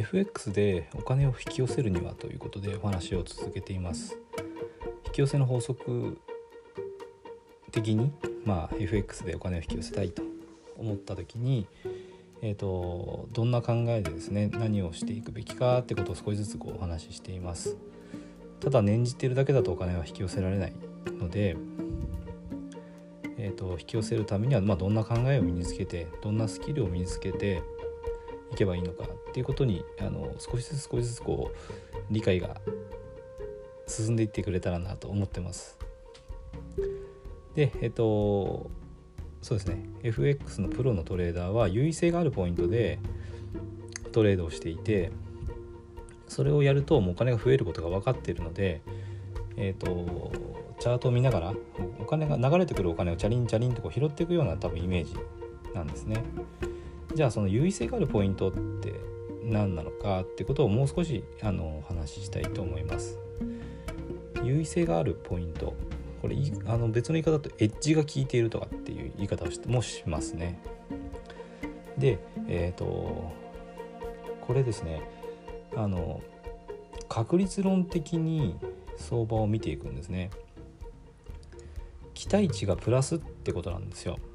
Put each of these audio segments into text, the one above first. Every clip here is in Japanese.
FX でお金を引き寄せるにはということでお話を続けています。引き寄せの法則的に、FX でお金を引き寄せたいと思った時に、どんな考えでですね、何をしていくべきかってことを少しずつお話ししています。ただ念じているだけだとお金は引き寄せられないので、引き寄せるためには、どんな考えを身につけて、どんなスキルを身につけていけばいいのかっていうことに少しずつ理解が進んでいってくれたらなと思ってます。で、そうですね、 FX のプロのトレーダーは優位性があるポイントでトレードをしていて、それをやるともうお金が増えることが分かっているので、チャートを見ながらお金が流れてくるお金をチャリンと拾っていくような多分イメージなんですね。じゃあその優位性があるポイントって何なのかってことをもう少しお話ししたいと思います。優位性があるポイント、これ別の言い方だとエッジが効いているとかっていう言い方をもしますね。で、これですね、確率論的に相場を見ていくんですね。期待値がプラスってことなんですよ。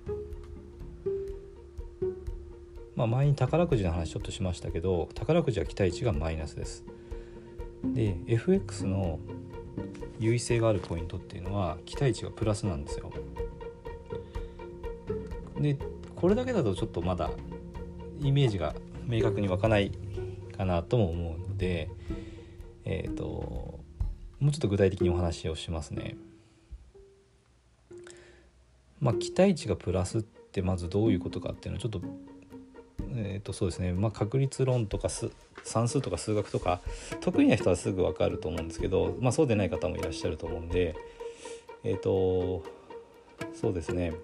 前に宝くじの話ちょっとしましたけど、宝くじは期待値がマイナスです。で FX の優位性があるポイントっていうのは期待値がプラスなんですよ。でこれだけだとちょっとまだイメージが明確に湧かないかなとも思うので、もうちょっと具体的にお話をしますね。期待値がプラスってまずどういうことかっていうのはちょっとそうですね、確率論とか算数とか数学とか得意な人はすぐ分かると思うんですけど、そうでない方もいらっしゃると思うんで、そうですね、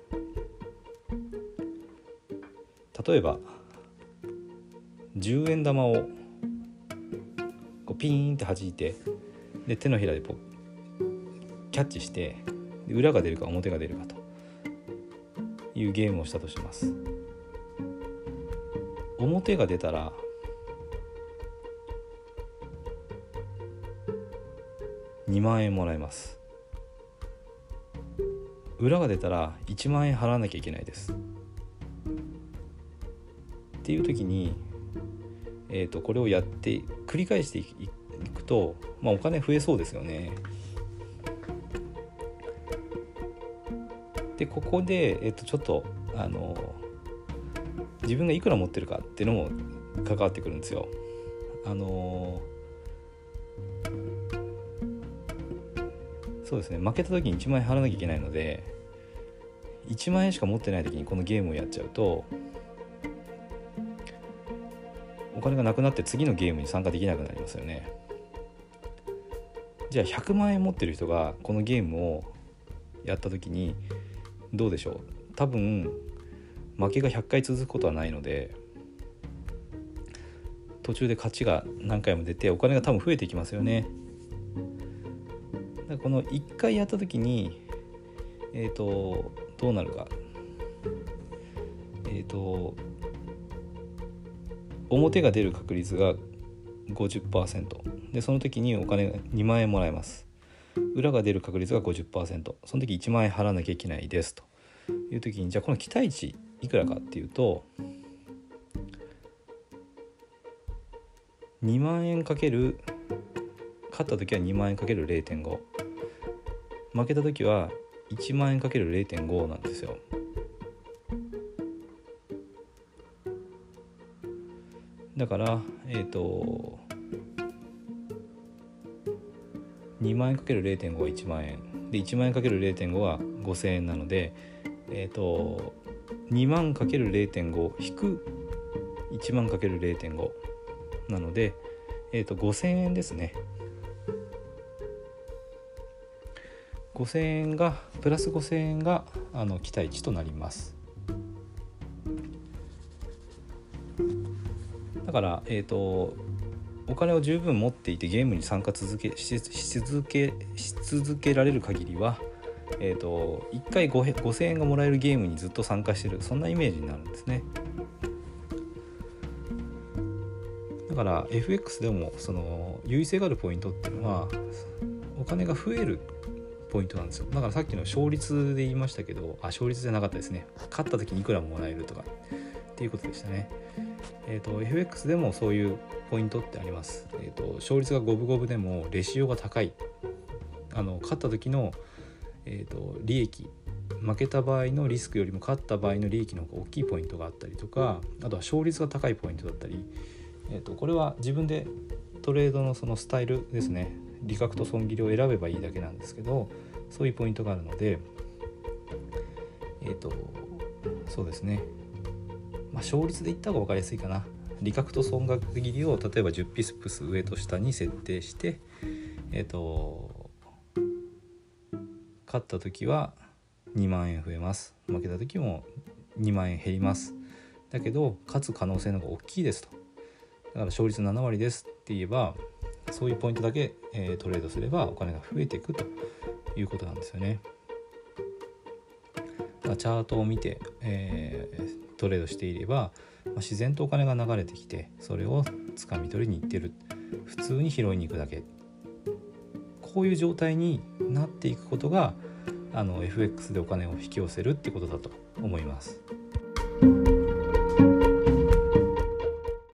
例えば10円玉をピーンって弾いて、で手のひらでキャッチして、裏が出るか表が出るかというゲームをしたとします。表が出たら2万円もらえます。裏が出たら1万円払わなきゃいけないですっていう時に、これをやって繰り返していくと、お金増えそうですよね。でここで、ちょっと自分がいくら持ってるかっていうのも関わってくるんですよ。そうですね、負けた時に1万円払わなきゃいけないので、1万円しか持ってない時にこのゲームをやっちゃうとお金がなくなって次のゲームに参加できなくなりますよね。じゃあ100万円持ってる人がこのゲームをやった時にどうでしょう。多分負けが100回続くことはないので、途中で勝ちが何回も出てお金が多分増えていきますよね。だからこの1回やった時にどうなるか、表が出る確率が 50% で、その時にお金が2万円もらえます。裏が出る確率が 50%、 その時1万円払わなきゃいけないですという時に、じゃあこの期待値いくらかっていうと、2万円かける、勝った時は2万円かける 0.5、 負けた時は1万円かける 0.5 なんですよ。だから2万円かける 0.5 は1万円で、1万円かける 0.5 は5000円なので、2万かける 0.5 引く1万かける 0.5 なので、5000円ですね。5000円がプラス5000円が期待値となります。だからお金を十分持っていてゲームに参加し続けられる限りは、1回5000円がもらえるゲームにずっと参加している、そんなイメージになるんですね。だから FX でもその優位性があるポイントっていうのはお金が増えるポイントなんですよ。だからさっきの勝率で言いましたけど、勝率じゃなかったですね。勝った時にいくらもらえるとかっていうことでしたね。FX でもそういうポイントってあります。勝率が五分五分でもレシオが高い、勝った時の、利益、負けた場合のリスクよりも勝った場合の利益の方が大きいポイントがあったりとか、あとは勝率が高いポイントだったり、これは自分でトレードのそのスタイルですね、利確と損切りを選べばいいだけなんですけど、そういうポイントがあるので、そうですね、勝率で言った方が分かりやすいかな。利確と損切りを例えば10ピスプス上と下に設定して、勝った時は2万円増えます、負けた時も2万円減ります。だけど勝つ可能性の方が大きいですと、だから勝率7割ですって言えば、そういうポイントだけ、トレードすればお金が増えていくということなんですよね。だからチャートを見て、トレードしていれば、自然とお金が流れてきて、それを掴み取りに行ってる、普通に拾いに行くだけ、こういう状態になっていくことがFX でお金を引き寄せるってことだと思います。